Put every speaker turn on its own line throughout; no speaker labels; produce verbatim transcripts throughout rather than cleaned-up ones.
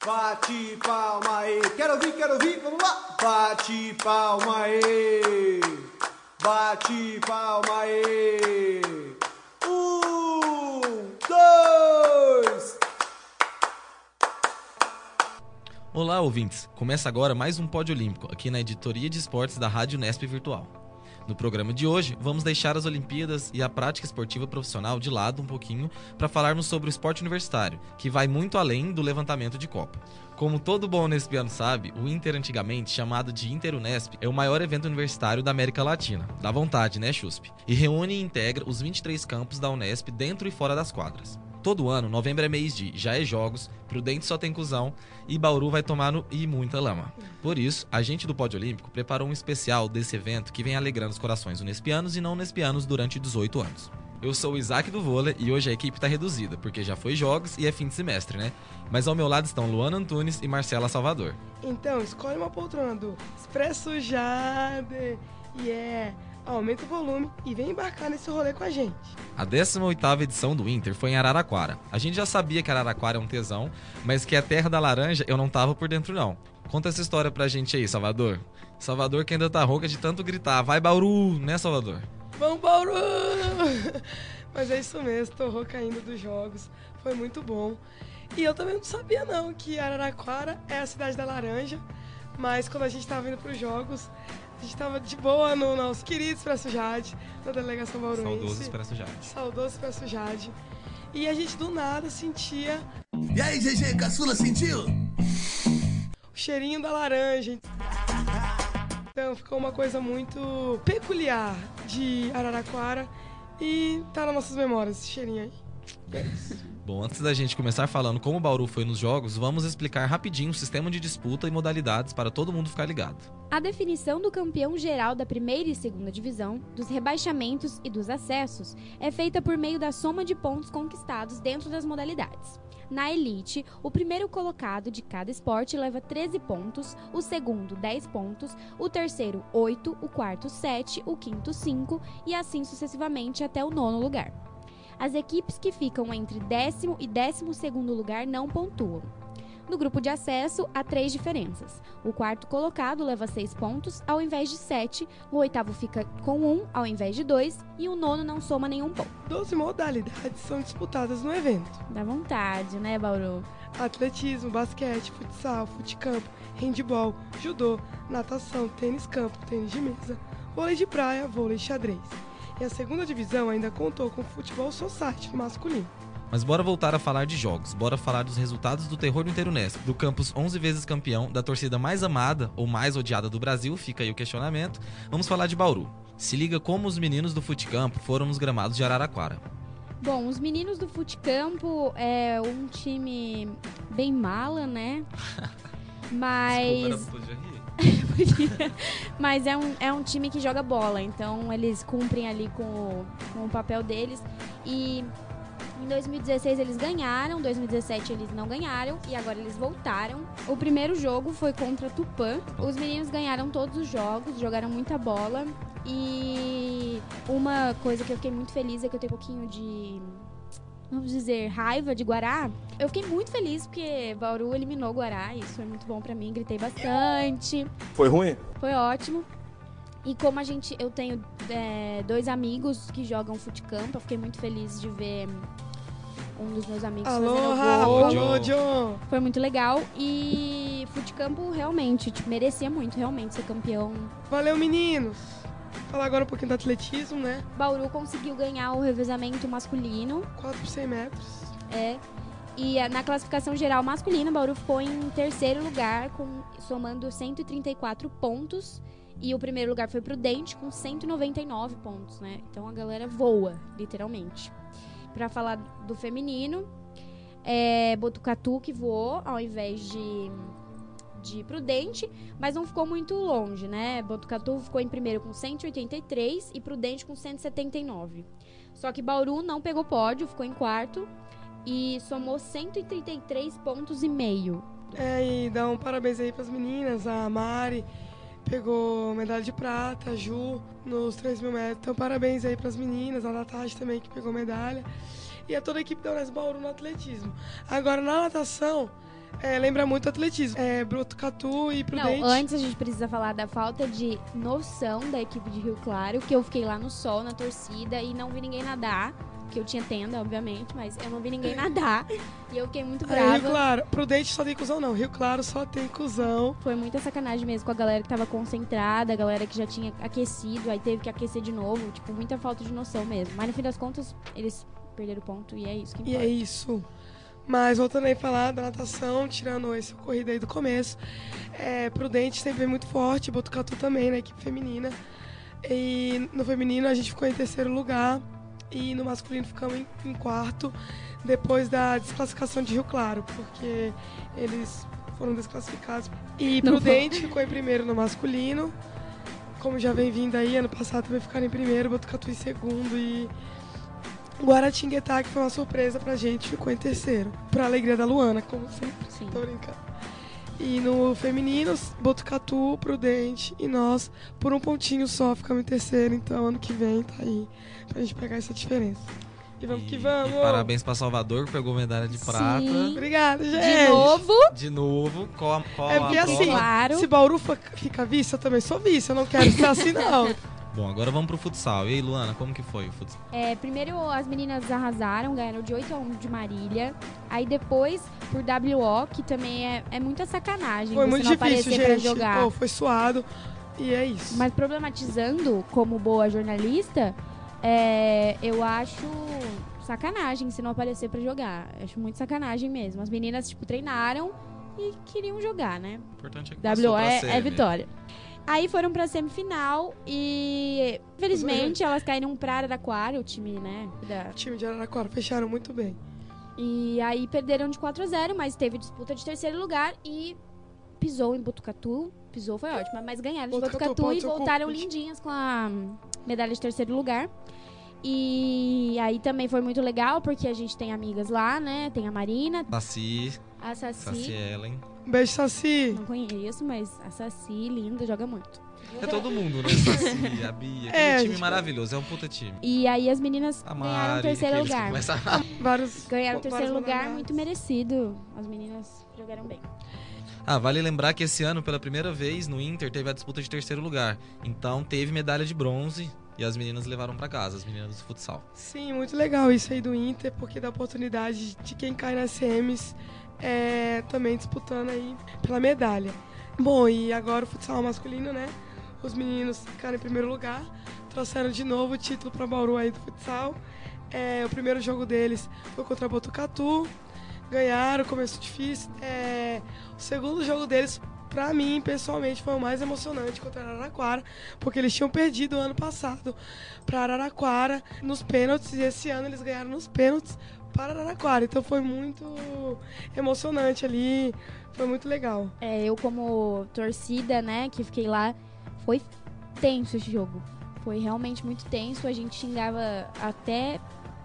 Bate palma aí. Quero ouvir, quero ouvir, vamos lá. Bate palma aí. Bate palma aí. Um, dois.
Olá, ouvintes. Começa agora mais um Pódio Olímpico, aqui na editoria de esportes da Rádio Nesp Virtual. No programa de hoje, vamos deixar as Olimpíadas e a prática esportiva profissional de lado um pouquinho para falarmos sobre o esporte universitário, que vai muito além do levantamento de copa. Como todo bom nespiano sabe, o Inter, antigamente chamado de Inter-Unesp, é o maior evento universitário da América Latina. Dá vontade, né, Chuspe? E reúne e integra os vinte e três campos da Unesp dentro e fora das quadras. Todo ano, novembro é mês de já é jogos, Prudente só tem cuzão e Bauru vai tomar no e muita lama. Por isso, a gente do Pódio Olímpico preparou um especial desse evento que vem alegrando os corações unespianos e não unespianos durante dezoito anos. Eu sou o Isaac do vôlei e hoje a equipe tá reduzida, porque já foi jogos e é fim de semestre, né? Mas ao meu lado estão Luana Antunes e Marcela Salvador.
Então, escolhe uma poltrona do Expresso Jade e é... aumenta o volume e vem embarcar nesse rolê com a gente.
A décima oitava edição do Inter foi em Araraquara. A gente já sabia que Araraquara é um tesão, mas que é a terra da laranja eu não tava por dentro não. Conta essa história pra gente aí, Salvador. Salvador que ainda tá rouca de tanto gritar. Vai, Bauru! Né, Salvador?
Vamos, Bauru! Mas é isso mesmo, tô rouca ainda dos jogos. Foi muito bom. E eu também não sabia não que Araraquara é a cidade da laranja, mas quando a gente tava indo pros jogos... a gente tava de boa no nosso querido Expresso Jade, na delegação bauruense.
Saudoso Expresso Jade.
Saudoso Expresso Jade. E a gente do nada sentia...
E aí, G G, caçula, sentiu?
O cheirinho da laranja. Então ficou uma coisa muito peculiar de Araraquara e tá nas nossas memórias esse cheirinho aí. É isso.
Bom, antes da gente começar falando como o Bauru foi nos jogos, vamos explicar rapidinho o sistema de disputa e modalidades para todo mundo ficar ligado.
A definição do campeão geral da primeira e segunda divisão, dos rebaixamentos e dos acessos é feita por meio da soma de pontos conquistados dentro das modalidades. Na elite, o primeiro colocado de cada esporte leva treze pontos, o segundo dez pontos, o terceiro oito, o quarto sete, o quinto cinco e assim sucessivamente até o nono lugar. As equipes que ficam entre décimo e décimo segundo lugar não pontuam. No grupo de acesso, há três diferenças. O quarto colocado leva seis pontos, ao invés de sete, o oitavo fica com um, ao invés de dois, e o nono não soma nenhum ponto.
doze modalidades são disputadas no evento.
Dá vontade, né, Bauru?
Atletismo, basquete, futsal, futecampo, handebol, judô, natação, tênis-campo, tênis de mesa, vôlei de praia, vôlei de xadrez. E a segunda divisão ainda contou com o futebol society masculino.
Mas bora voltar a falar de jogos, bora falar dos resultados do terror do Inter-Unesp, do campus onze vezes campeão, da torcida mais amada ou mais odiada do Brasil, fica aí o questionamento. Vamos falar de Bauru. Se liga como os meninos do futecampo foram nos gramados de Araraquara.
Bom, os meninos do futecampo é um time bem mala, né? Mas... Mas é um, é um time que joga bola, então eles cumprem ali com o, com o papel deles. E em dois mil e dezesseis eles ganharam, em dois mil e dezessete eles não ganharam e agora eles voltaram. O primeiro jogo foi contra Tupã. Os meninos ganharam todos os jogos, jogaram muita bola. E uma coisa que eu fiquei muito feliz é que eu tenho um pouquinho de... vamos dizer, raiva de Guará. Eu fiquei muito feliz porque Bauru eliminou Guará, isso foi muito bom pra mim, gritei bastante.
Foi ruim?
Foi ótimo. E como a gente, eu tenho é, dois amigos que jogam futecampo, eu fiquei muito feliz de ver um dos meus amigos
Alô,
fazendo
Rafa,
gol.
alô, John.
Foi muito legal e futecampo realmente, tipo, merecia muito realmente ser campeão.
Valeu, meninos. Falar agora um pouquinho do atletismo, né?
Bauru conseguiu ganhar o revezamento masculino.
quatro por cem metros.
É. E na classificação geral masculina, Bauru ficou em terceiro lugar, com, somando cento e trinta e quatro pontos. E o primeiro lugar foi Prudente, com cento e noventa e nove pontos, né? Então a galera voa, literalmente. Pra falar do feminino, é Botucatu que voou, ao invés de... de Prudente, mas não ficou muito longe, né? Botucatu ficou em primeiro com cento e oitenta e três e Prudente com cento e setenta e nove. Só que Bauru não pegou pódio, ficou em quarto e somou cento e trinta e três pontos e meio.
É, e dá um parabéns aí pras meninas, a Mari pegou medalha de prata, a Ju nos três mil metros. Então parabéns aí pras meninas, a Natasha também que pegou medalha. E a toda a equipe da Unesp Bauru no atletismo. Agora na natação, É, lembra muito atletismo. É, Botucatu e Prudente.
Não, antes a gente precisa falar da falta de noção da equipe de Rio Claro, que eu fiquei lá no sol, na torcida, e não vi ninguém nadar. Que eu tinha tenda, obviamente, mas eu não vi ninguém nadar. E eu fiquei muito
Aí,
brava.
Rio Claro, Prudente só tem cuzão, não. Rio Claro só tem cuzão.
Foi muita sacanagem mesmo com a galera que tava concentrada, a galera que já tinha aquecido, aí teve que aquecer de novo. Tipo, muita falta de noção mesmo. Mas no fim das contas, eles perderam o ponto e é isso que
E
importa.
é isso. Mas voltando aí a falar da natação, tirando essa corrida aí do começo, é, Prudente sempre vem muito forte, Botucatu também, na equipe feminina. E no feminino a gente ficou em terceiro lugar e no masculino ficamos em, em quarto, depois da desclassificação de Rio Claro, porque eles foram desclassificados. E
Não
Prudente ficou em primeiro no masculino, como já vem vindo aí, ano passado também ficaram em primeiro, Botucatu em segundo e Guaratinguetá, que foi uma surpresa pra gente, ficou em terceiro. Pra alegria da Luana, como sempre.
Sim.
Tô brincando. E no feminino, Botucatu, Prudente e nós, por um pontinho só, ficamos em terceiro. Então, ano que vem, tá aí, pra gente pegar essa diferença. E vamos
E-
que vamos!
E parabéns pra Salvador, que pegou medalha de prata.
Sim.
Obrigada, gente!
De novo,
De novo, qual, qual
É
a
porque assim,
prova?
Claro.
se Bauru fa- fica vice, eu também sou vice. Eu não quero ser assim, não.
Bom, agora vamos pro futsal. E aí, Luana, como que foi o futsal?
é, primeiro as meninas arrasaram, ganharam de oito a um de Marília. Aí depois, por W O, que também é, é muita sacanagem
Foi
você
muito
não
difícil,
aparecer pra
gente.
jogar.
Pô, foi suado. E é isso.
Mas problematizando, como boa jornalista, é, eu acho sacanagem se não aparecer pra jogar. Acho muito sacanagem mesmo. As meninas, tipo, treinaram e queriam jogar, né?
O importante é que
W
passou
O
pra
é,
semi.
é vitória. Aí foram pra semifinal e, infelizmente, elas caíram pra Araraquara, o time, né? Da...
O time de Araraquara fecharam muito bem.
E aí perderam de quatro a zero, mas teve disputa de terceiro lugar e pisou em Botucatu. Pisou, foi ótima, mas ganharam de
Botucatu,
Botucatu e
ponto,
voltaram
ponto.
lindinhas com a medalha de terceiro lugar. E aí também foi muito legal, porque a gente tem amigas lá, né? Tem a Marina,
Saci,
a Saci.
Saci Ellen.
Beijo, Saci.
Não conheço, mas a Saci, linda, joga muito.
É todo mundo, né? Saci, a Bia. Aquele
É,
time
gente,
maravilhoso, é um puta time.
E aí as meninas
A
ganharam o
Mari,
terceiro
aqueles que
lugar.
começam a-
Vários,
Ganharam o terceiro
vários
lugar,
modalidades.
muito merecido. As meninas jogaram bem.
Ah, vale lembrar que esse ano, pela primeira vez, no Inter, teve a disputa de terceiro lugar. Então, teve medalha de bronze e as meninas levaram pra casa, as meninas do futsal.
Sim, muito legal isso aí do Inter, porque dá oportunidade de quem cai nas C Ms é, também disputando aí pela medalha. Bom, e agora o futsal masculino, né? Os meninos ficaram em primeiro lugar, trouxeram de novo o título para Bauru aí do futsal. É, o primeiro jogo deles foi contra Botucatu, ganharam, começo difícil. É, o segundo jogo deles, pra mim, pessoalmente, foi o mais emocionante contra Araraquara, porque eles tinham perdido o ano passado para Araraquara nos pênaltis, e esse ano eles ganharam nos pênaltis para Araraquara. Então foi muito emocionante ali, foi muito legal.
É, eu como torcida, né, que fiquei lá, foi tenso esse jogo. Foi realmente muito tenso. A gente xingava até,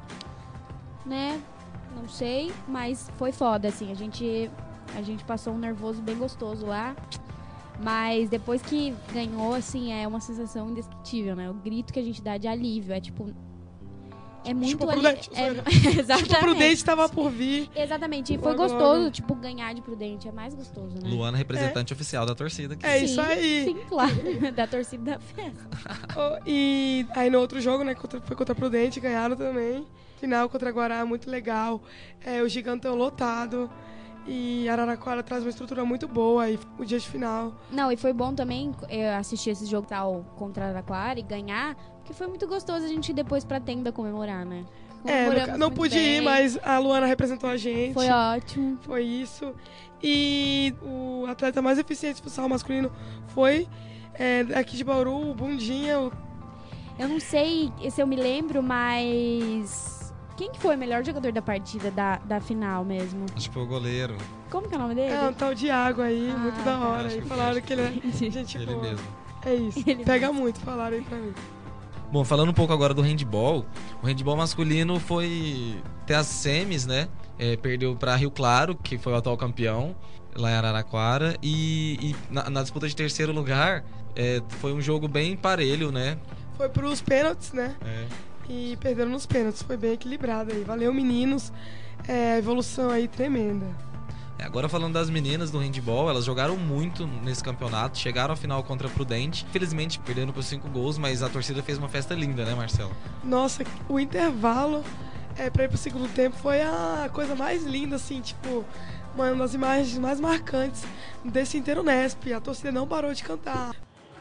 né, não sei, mas foi foda, assim. A gente, a gente passou um nervoso bem gostoso lá. Mas depois que ganhou, assim, é uma sensação indescritível, né? O grito que a gente dá de alívio, é tipo... É muito
Tipo,
ali-
Prudente,
é,
Tipo,
exatamente.
o Prudente estava por vir.
Exatamente. E foi
Agora-
gostoso, tipo, ganhar de Prudente. É mais gostoso, né?
Luana, representante oficial da torcida aqui.
É
Sim,
isso aí.
Sim, claro. Da torcida da festa.
Oh, e aí no outro jogo, né, contra, foi contra Prudente, ganharam também. Final contra Guará, muito legal. É, o Gigantão lotado. E Araraquara traz uma estrutura muito boa. E o dia de final.
Não, e foi bom também eu assistir esse jogo tal contra Araraquara e ganhar, porque foi muito gostoso a gente ir depois pra tenda comemorar, né?
É,
Comemoramos
não, não
muito
pude
bem,
ir, mas a Luana representou a gente.
Foi ótimo.
Foi isso. E o atleta mais eficiente do futsal masculino foi é, aqui de Bauru, o Bundinha. O...
Eu não sei se eu me lembro, mas... Quem que foi o melhor jogador da partida da, da final mesmo?
Acho que foi o goleiro,
Como que é o nome dele?
É um tal de água aí,
Ah,
muito da
tá.
hora.
Acho
E
que
falaram
foi.
que ele é gente
ele
boa.
mesmo.
É isso.
Ele
Pega muito, falaram aí pra mim.
Bom, falando um pouco agora do handball, o handball masculino foi até as semis, né? É, perdeu para Rio Claro, que foi o atual campeão, lá em Araraquara. E, e na, na disputa de terceiro lugar, é, foi um jogo bem parelho, né?
Foi pros pênaltis, né?
É.
E perderam nos pênaltis. Foi bem equilibrado aí. Valeu, meninos. É, evolução aí tremenda.
Agora falando das meninas do handball, elas jogaram muito nesse campeonato, chegaram à final contra a Prudente, infelizmente perderam por cinco gols, mas a torcida fez uma festa linda, né, Marcelo?
Nossa, o intervalo é, pra ir pro segundo tempo foi a coisa mais linda, assim, tipo, uma das imagens mais marcantes desse Inter Unesp. A torcida não parou de cantar.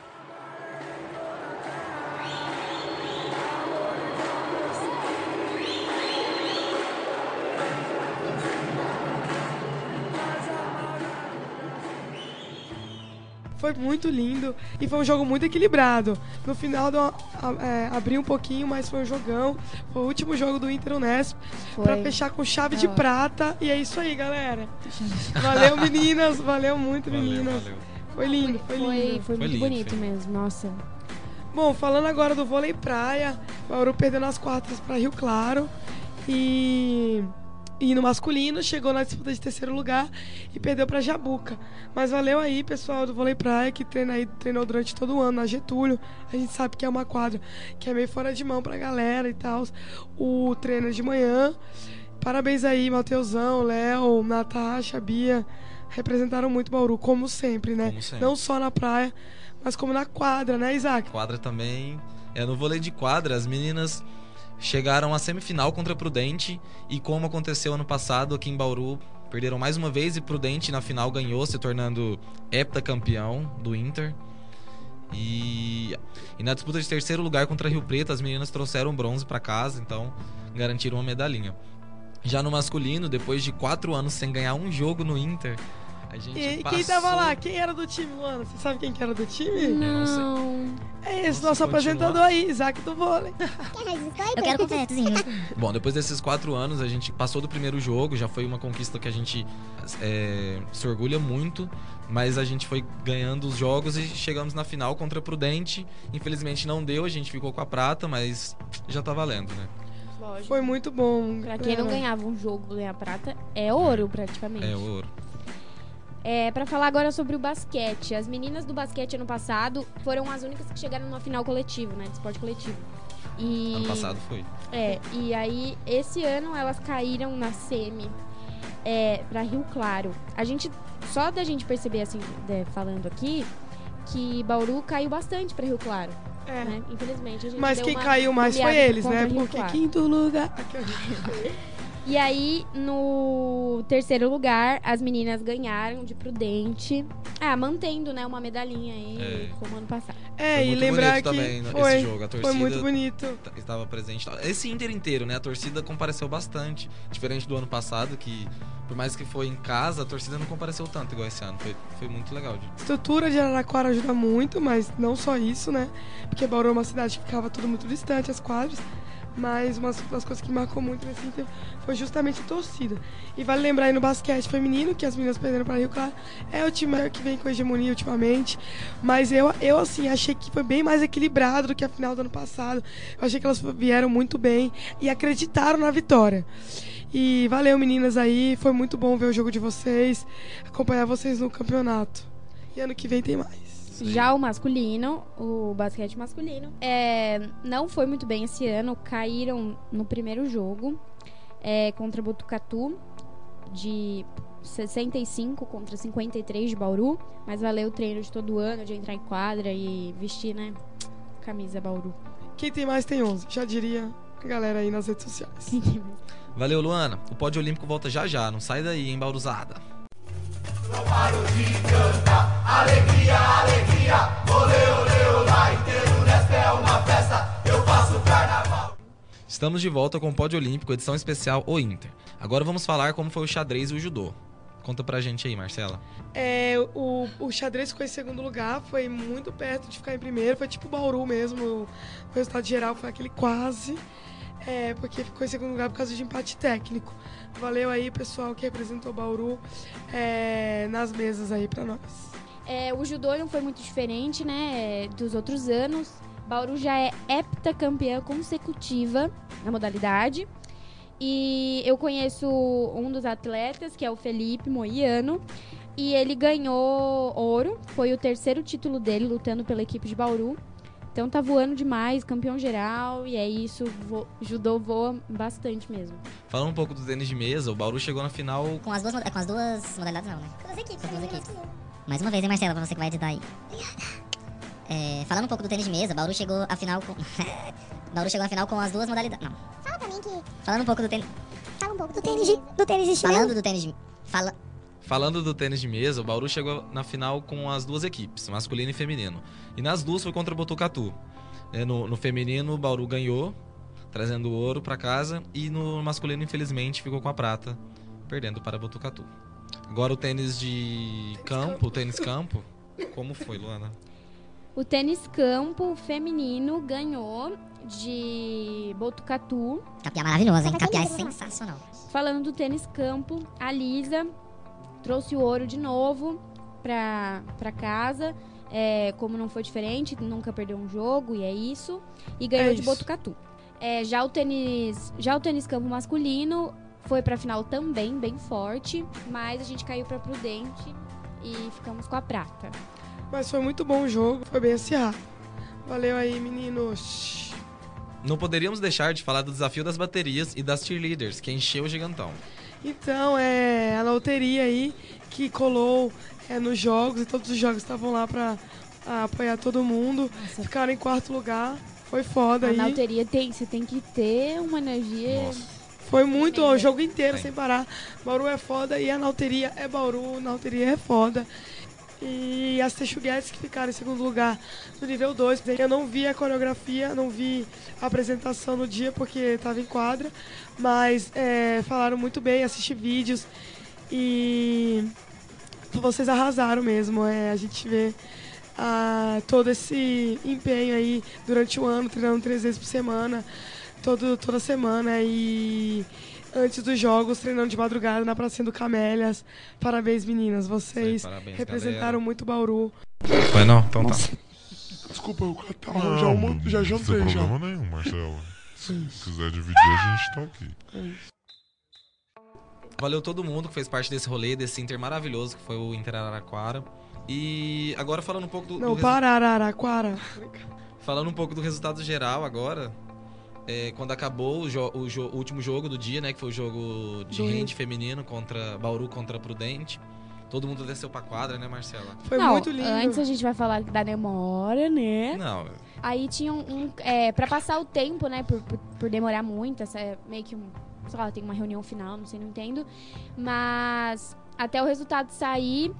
Foi muito lindo e foi um jogo muito equilibrado. No final deu uma, a, é, abriu um pouquinho, mas foi um jogão. Foi o último jogo do Inter Unesp para fechar com chave de prata. E é isso aí, galera. Valeu, meninas. Valeu muito,
Valeu,
meninas.
valeu.
Foi lindo, foi lindo.
Foi, foi
Foi
muito
lindo,
bonito
foi.
mesmo, nossa.
Bom, falando agora do vôlei praia, o Bauru perdeu nas quartas para Rio Claro. E... E no masculino, chegou na disputa de terceiro lugar e perdeu para Jabuca. Mas valeu aí, pessoal do vôlei praia, que treina aí, treinou durante todo o ano na Getúlio. A gente sabe que é uma quadra que é meio fora de mão pra galera e tal. O treino é de manhã. Parabéns aí, Mateusão, Léo, Natasha, Bia. Representaram muito Bauru, como sempre, né?
Como sempre.
Não só na praia, mas como na quadra, né, Isaac?
Quadra também. É, no vôlei de quadra, as meninas chegaram à semifinal contra a Prudente e, como aconteceu ano passado aqui em Bauru, perderam mais uma vez e Prudente na final ganhou, se tornando heptacampeão do Inter. E, e na disputa de terceiro lugar contra Rio Preto, as meninas trouxeram bronze para casa, então garantiram uma medalhinha. Já no masculino, depois de quatro anos sem ganhar um jogo no Inter, a gente
E
passou...
quem tava lá? Quem era do time, Luana? Você sabe quem que era do time?
não sei.
Não.
É esse
Nossa,
nosso
continua.
apresentador aí, Isaac do vôlei.
Eu quero confetezinho.
Bom, depois desses quatro anos, a gente passou do primeiro jogo, já foi uma conquista que a gente é, se orgulha muito, mas a gente foi ganhando os jogos e chegamos na final contra a Prudente. Infelizmente não deu, a gente ficou com a prata, mas já tá valendo, né?
Lógico.
Foi muito bom.
Pra quem não
galera.
ganhava um jogo ganhar prata, é ouro praticamente.
É ouro.
É, pra falar agora sobre o basquete. As meninas do basquete ano passado foram as únicas que chegaram numa final coletiva, né? De esporte coletivo. E,
Ano passado foi.
É, e aí esse ano elas caíram na semi é, pra Rio Claro. A gente, só da gente perceber assim, de- falando aqui, que Bauru caiu bastante pra Rio Claro.
É.
Né? Infelizmente. A gente
Mas
deu
quem
uma
caiu mais foi
goleada
eles,
contra
né?
Rio
Porque
Claro.
quinto lugar.
E aí, no terceiro lugar, as meninas ganharam de Prudente. Ah, mantendo, né, uma medalhinha aí,
É.
como ano passado.
É,
Foi
e
muito
lembrar
bonito
que
também, né,
foi,
esse jogo. A
foi
torcida-
muito bonito.
T- Estava presente. Esse Inter inteiro, né? A torcida compareceu bastante. Diferente do ano passado, que por mais que foi em casa, a torcida não compareceu tanto igual esse ano. Foi, foi muito legal. De...
A estrutura de Araraquara ajuda muito, mas não só isso, né? Porque Bauru é uma cidade que ficava tudo muito distante, as quadras. Mas uma das coisas que marcou muito nesse Inter foi justamente a torcida. E vale lembrar aí no basquete feminino, que as meninas perderam para Rio Claro, é o time que vem com hegemonia ultimamente. Mas eu, eu, assim, achei que foi bem mais equilibrado do que a final do ano passado. Eu achei que elas vieram muito bem e acreditaram na vitória. E valeu, meninas, aí. Foi muito bom ver o jogo de vocês, acompanhar vocês no campeonato. E ano que vem tem mais.
Já o masculino, o basquete masculino, é, não foi muito bem esse ano. Caíram no primeiro jogo é, contra Botucatu, de sessenta e cinco contra cinquenta e três de Bauru. Mas valeu o treino de todo ano, de entrar em quadra e vestir, né, camisa Bauru.
Quem tem mais tem onze, já diria a galera aí nas redes sociais.
Valeu, Luana. O Pódio Olímpico volta já já. Não sai daí, hein, Bauruzada. Estamos de volta com o Pódio Olímpico, edição especial O Inter. Agora vamos falar como foi o xadrez e o judô. Conta pra gente aí, Marcela.
É, o, o xadrez ficou em segundo lugar, foi muito perto de ficar em primeiro, foi tipo Bauru mesmo, o resultado geral foi aquele quase, é, porque ficou em segundo lugar por causa de empate técnico. Valeu aí, pessoal que representou Bauru é, nas mesas aí pra nós.
É, o judô não foi muito diferente, né, dos outros anos. Bauru já é heptacampeã consecutiva na modalidade. E eu conheço um dos atletas, que é o Felipe Moiano, e ele ganhou ouro. Foi o terceiro título dele lutando pela equipe de Bauru. Então tá voando demais, campeão geral, e é isso, vo- judô voa bastante mesmo.
Falando um pouco do tênis de mesa, o Bauru chegou na final.
Com as duas, moda- com as duas modalidades não, né?
Com as equipes,
Com as duas
feminina e
equipes.
masculina.
Mais uma vez, hein, Marcela, pra você que vai editar aí. É, falando um pouco do tênis de mesa, Bauru chegou à final com... Bauru chegou à final com as duas modalidades. Não.
Fala pra mim que...
Falando um pouco do tênis...
Fala um pouco do tênis de, do tênis de chinelo.
Falando do tênis de... Fala...
Falando do tênis de mesa, o Bauru chegou na final com as duas equipes, masculino e feminino. E nas duas foi contra o Botucatu. É, no, no feminino, o Bauru ganhou, trazendo o ouro para casa. E no masculino, infelizmente, ficou com a prata, perdendo para Botucatu. Agora o tênis de campo, o tênis campo, como foi, Luana?
O tênis campo feminino ganhou de Botucatu.
Capiá maravilhoso, hein?
Tá
Capiá é
fazendo isso,
sensacional.
Falando do tênis campo, a Lisa trouxe o ouro de novo pra, pra casa. É, como não foi diferente, nunca perdeu um jogo e é isso. E ganhou
É
de
isso.
Botucatu. É, já, o tênis, já o tênis campo masculino foi pra final também, bem forte. Mas a gente caiu pra Prudente e ficamos com a prata.
Mas foi muito bom o jogo, foi bem acirrado. Valeu aí, meninos.
Não poderíamos deixar de falar do desafio das baterias e das cheerleaders, que encheu o gigantão.
Então, é a loteria aí que colou é, nos jogos, e todos os jogos estavam lá pra a, apoiar todo mundo.
Nossa.
Ficaram em quarto lugar, foi foda
Na
aí.
alteria tem, você tem que ter uma energia.
Nossa.
Foi muito, ó, o jogo inteiro,
Sim.
sem parar. Bauru é foda e a Nauteria é Bauru, Nauteria é foda. E as Texuguetes que ficaram em segundo lugar no nível dois. Eu não vi a coreografia, não vi a apresentação no dia porque estava em quadra, mas é, falaram muito bem, assisti vídeos e vocês arrasaram mesmo. É, a gente vê ah, todo esse empenho aí durante o ano, treinando três vezes por semana, todo, toda semana e antes dos jogos, treinando de madrugada na Pracinha do Camélias. Parabéns, meninas. Vocês
Sim, parabéns,
representaram
galera.
muito Bauru.
Foi não? Então tá.
Desculpa, eu catar,
Não,
já, uma,
não
já
tem
jantei já.
problema nenhum, Marcelo. Se quiser dividir, a gente tá aqui.
Valeu todo mundo que fez parte desse rolê, desse Inter maravilhoso que foi o Inter Araraquara. E agora falando um pouco do,
Não,
do resu-
Parararaquara.
falando um pouco do resultado geral agora. É, quando acabou o, jo- o jo- o último jogo do dia, né, que foi o jogo de
Do
hand
hand.
feminino contra Bauru contra Prudente. Todo mundo desceu pra quadra, né, Marcela?
Foi
Não,
muito lindo.
antes a gente vai falar da demora, né?
Não,
Aí tinha um, um é, pra passar o tempo, né, por, por, por demorar muito, essa é meio que um, sei lá, tem uma reunião final, não sei, não entendo. Mas até o resultado sair,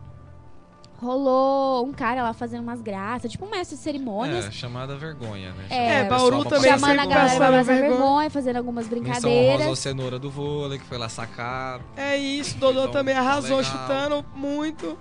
rolou um cara lá fazendo umas graças, tipo um mestre de cerimônias.
é chamada vergonha, né?
É,
Chamar o
Bauru
pessoal pra
também
passar
chamando a
sempre
galera pra
passaram
passar vergonha.
vergonha.
fazendo algumas
Menção honrosa
brincadeiras.
ao cenoura do vôlei, que foi lá sacar.
É isso, Dodô
Então,
também
tá
arrasou,
legal.
chutando muito.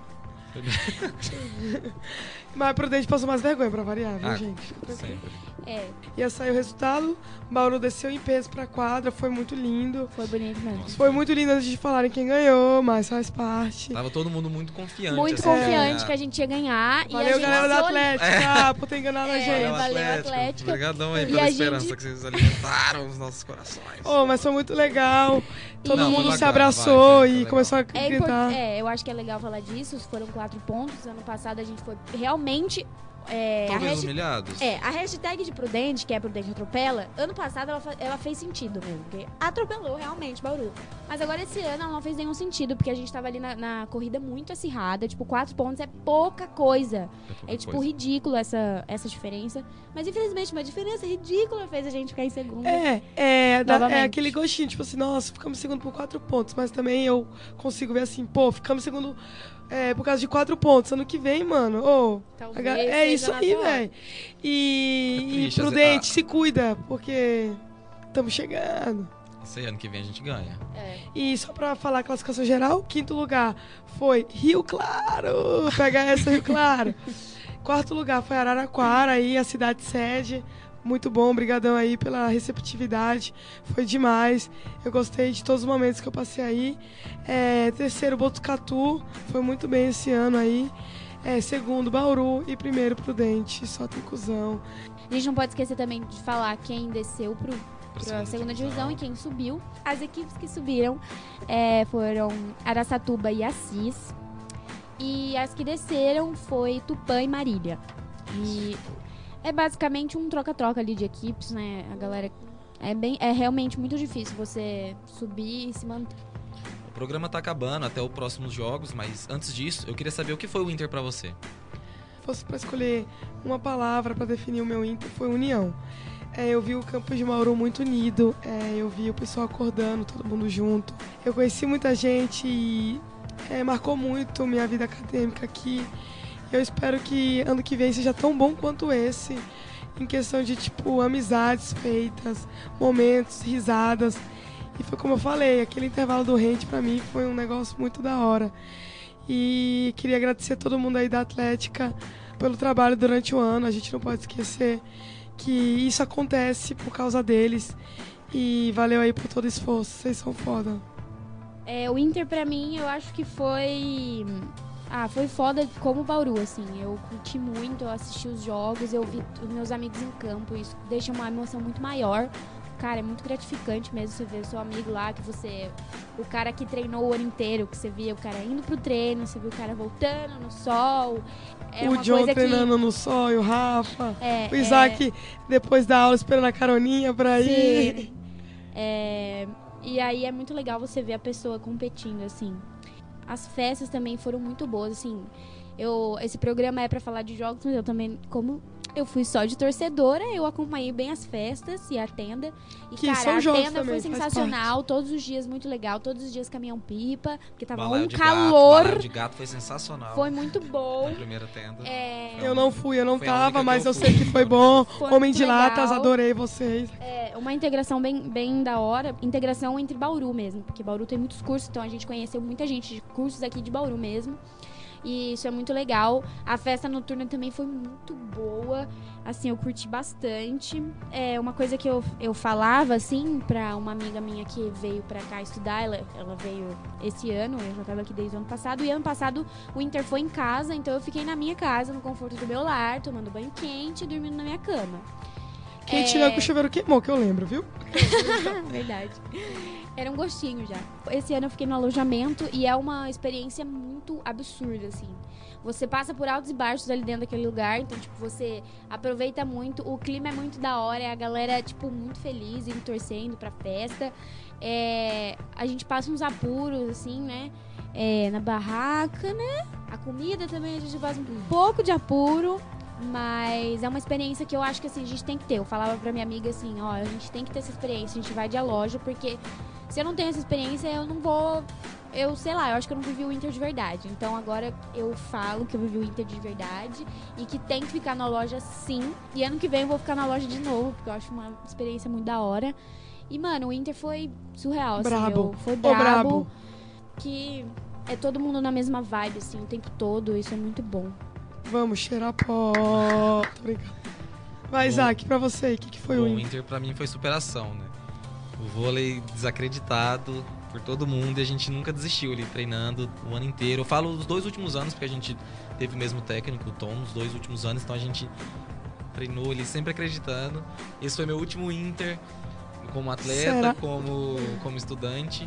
Mas a Prudente passou mais vergonha pra variar, viu,
Ah,
gente? Fica tranquilo.
Sempre.
É,
Ia sair o resultado, Bauru desceu em peso pra quadra, foi muito lindo.
foi bonito mesmo.
Foi muito lindo antes de falarem quem ganhou, mas faz parte.
Tava todo mundo muito confiante.
Muito
assim,
confiante
né?
que a gente ia ganhar. e a
Valeu,
gente
galera da
se olhou-
Atlética, por ter enganado a
É,
gente.
valeu, Atlética.
Obrigadão aí
E
pela
a
esperança
gente-
que vocês alimentaram os nossos corações.
Oh, mas foi muito legal. Todo
Não, foi
mundo se
bacana,
abraçou
vai, foi
e
legal.
começou a
É, import-
gritar.
é, eu acho que é legal falar disso. Foram quatro pontos. Ano passado a gente foi realmente. É, a,
Talvez
hashtag,
humilhados.
é, a hashtag de Prudente, que é Prudente Atropela, ano passado ela, fa- ela fez sentido mesmo. Porque atropelou realmente Bauru. Mas agora esse ano ela não fez nenhum sentido, porque a gente tava ali na, na corrida muito acirrada. Tipo, quatro pontos é pouca coisa.
pouca
É tipo
coisa.
ridículo essa, essa diferença. Mas infelizmente uma diferença ridícula fez a gente ficar em segundo.
É, é, dá- é
Novamente.
aquele gostinho, tipo assim, nossa, ficamos em segundo por quatro pontos. Mas também eu consigo ver assim, pô, ficamos em segundo é, por causa de quatro pontos. Ano que vem, mano, ô.
Talvez
a ga- é
seja
isso
na
aí,
tua-
velho. E,
É
e
triste,
Prudente,
ah.
se cuida, porque estamos chegando.
Esse ano que vem a gente ganha.
É.
E só pra falar a classificação geral, quinto lugar foi Rio Claro, pega essa Rio Claro. Quarto lugar foi Araraquara, aí a cidade sede. Muito bom, obrigadão aí pela receptividade, foi demais. Eu gostei de todos os momentos que eu passei aí. É, terceiro, Botucatu, foi muito bem esse ano aí. É, segundo, Bauru e primeiro, Prudente, só tem cuzão.
A gente não pode esquecer também de falar quem desceu pro,
Pra
pra segunda divisão e quem subiu. As equipes que subiram é, foram Araçatuba e Assis. E as que desceram foi Tupã e Marília. E É basicamente um troca-troca ali de equipes, né? A galera... É, bem, é realmente muito difícil você subir e se manter.
O programa tá acabando até os próximos jogos, mas antes disso, eu queria saber o que foi o Inter pra você.
Se fosse para escolher uma palavra para definir o meu Inter, foi união. É, eu vi o Campos de Bauru muito unido, é, eu vi o pessoal acordando, todo mundo junto. Eu conheci muita gente e é, marcou muito minha vida acadêmica aqui. Eu espero que ano que vem seja tão bom quanto esse, em questão de, tipo, amizades feitas, momentos, risadas. E foi como eu falei, aquele intervalo do Rente pra mim foi um negócio muito da hora. E queria agradecer a todo mundo aí da Atlética pelo trabalho durante o ano. A gente não pode esquecer que isso acontece por causa deles. E valeu aí por todo o esforço, vocês são foda.
É, o Inter pra mim, eu acho que foi... Ah, foi foda como o Bauru, assim. Eu curti muito, eu assisti os jogos, eu vi os meus amigos em campo. Isso deixa uma emoção muito maior. Cara, é muito gratificante mesmo você ver o seu amigo lá, que você... O cara que treinou o ano inteiro, que você via o cara indo pro treino, você viu o cara voltando no sol. Era
o
uma
John
coisa
treinando
que...
no sol, e o Rafa.
É,
o Isaac,
é...
depois da aula, esperando a caroninha pra ir.
Sim. É... E aí é muito legal você ver a pessoa competindo, assim. As festas também foram muito boas, assim. Eu, esse programa é pra falar de jogos, mas eu também, como eu fui só de torcedora, eu acompanhei bem as festas e a tenda. E,
que
cara,
são
a
jogos
tenda
também,
foi sensacional. Todos os dias muito legal. Todos os dias caminhão-pipa, porque tava
Balaio
um
de
calor.
Gato, Balaio de Gato foi sensacional.
Foi muito bom.
Na primeira tenda.
É...
Eu não fui, eu não
Foi a
tava,
única
mas
que eu
eu
fui.
sei que foi bom.
Foi
Homem
muito
de latas,
legal.
adorei vocês.
É uma integração bem, bem da hora. Integração entre Bauru mesmo, porque Bauru tem muitos cursos, então a gente conheceu muita gente de cursos aqui de Bauru mesmo. E isso é muito legal. A festa noturna também foi muito boa. Assim, eu curti bastante. É uma coisa que eu, eu falava, assim, pra uma amiga minha que veio pra cá estudar. Ela, ela veio esse ano, eu já tava aqui desde o ano passado. E ano passado o Inter foi em casa, então eu fiquei na minha casa, no conforto do meu lar, tomando banho quente e dormindo na minha cama.
Quem
É...
tirou que o chuveiro queimou, que eu lembro, viu?
Verdade. Era um gostinho já. Esse ano eu fiquei no alojamento e é uma experiência muito absurda, assim. Você passa por altos e baixos ali dentro daquele lugar, então, tipo, você aproveita muito. O clima é muito da hora, a galera, tipo, muito feliz, indo torcendo pra festa. É... A gente passa uns apuros, assim, né? É... Na barraca, né? A comida também a gente passa um pouco de apuro. Mas é uma experiência que eu acho que assim, a gente tem que ter. Eu falava pra minha amiga assim, ó, a gente tem que ter essa experiência, a gente vai de a loja, porque se eu não tenho essa experiência, eu não vou... Eu sei lá, eu acho que eu não vivi o Inter de verdade. Então agora eu falo que eu vivi o Inter de verdade e que tem que ficar na loja sim. E ano que vem eu vou ficar na loja de novo, porque eu acho uma experiência muito da hora. E, mano, o Inter foi surreal, assim.
Brabo.
Eu, foi
Ô,
brabo,
brabo.
que é todo mundo na mesma vibe, assim, o tempo todo. Isso é muito bom.
Vamos cheirar pó. Tô brincando. Vai,
Bom.
Isaac, pra você, o que, que foi
Bom,
o
o
Inter?
Inter pra mim foi superação, né? O vôlei desacreditado por todo mundo e a gente nunca desistiu ali treinando o ano inteiro. Eu falo dos dois últimos anos, porque a gente teve o mesmo técnico, o Tom, nos dois últimos anos, então a gente treinou ali sempre acreditando. Esse foi meu último Inter como atleta,
Será?
como, como estudante.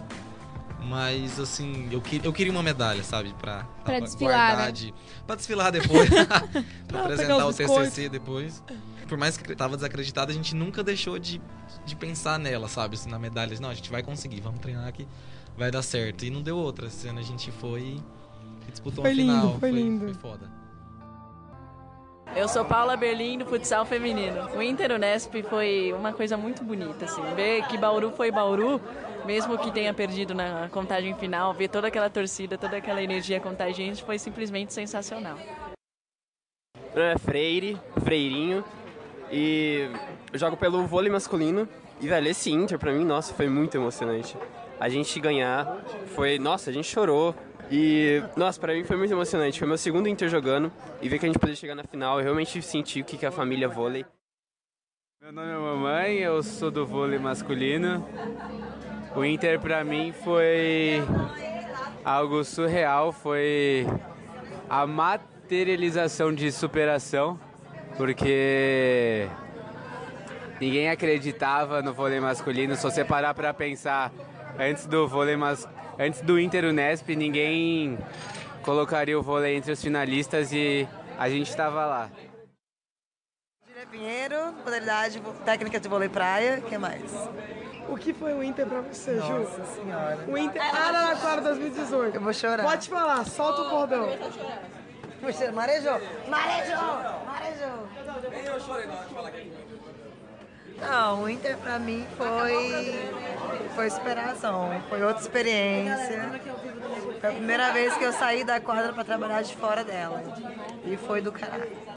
Mas, assim, eu, que, eu queria uma medalha, sabe? Pra,
Pra
pra
desfilar,
guardar
né?
de, pra desfilar depois. pra
Pra
apresentar
pegar
o
os
T C C
biscoitos.
depois. Por mais que tava desacreditado, a gente nunca deixou de, de pensar nela, sabe? Assim, na medalha. Não, a gente vai conseguir, vamos treinar que vai dar certo. E não deu outra. Esse ano a gente foi e disputou
Foi
a
lindo,
final.
foi lindo.
Foi foda.
Eu sou Paula Berlim, do futsal feminino. O Inter Unesp foi uma coisa muito bonita, assim. Ver que Bauru foi Bauru, mesmo que tenha perdido na contagem final, ver toda aquela torcida, toda aquela energia contagiante, foi simplesmente sensacional.
Meu nome é Freire, Freirinho, e eu jogo pelo vôlei masculino. E, velho, esse Inter, pra mim, nossa, foi muito emocionante. A gente ganhar, foi, nossa, a gente chorou. E, nossa, pra mim foi muito emocionante. Foi meu segundo Inter jogando e ver que a gente podia chegar na final. Eu realmente senti o que é a família vôlei.
Meu nome é Mamãe, eu sou do vôlei masculino. O Inter pra mim foi algo surreal, foi a materialização de superação, porque ninguém acreditava no vôlei masculino. Se você parar pra pensar, antes do vôlei mas, antes do Inter Unesp, ninguém colocaria o vôlei entre os finalistas e a gente estava lá.
Maria Pinheiro, modalidade técnica de vôlei praia, o que mais?
O que foi o Inter pra você, Ju?
Nossa senhora.
O Inter Araraquara dois mil e dezoito.
Eu vou chorar.
Pode falar, solta o cordão.
Puxa, marejou, marejou, marejou.
Nem eu chorei na hora de falar que
Não, o Inter pra mim foi, foi superação, foi outra experiência. Foi a primeira vez que eu saí da quadra pra trabalhar de fora dela. E foi do caralho.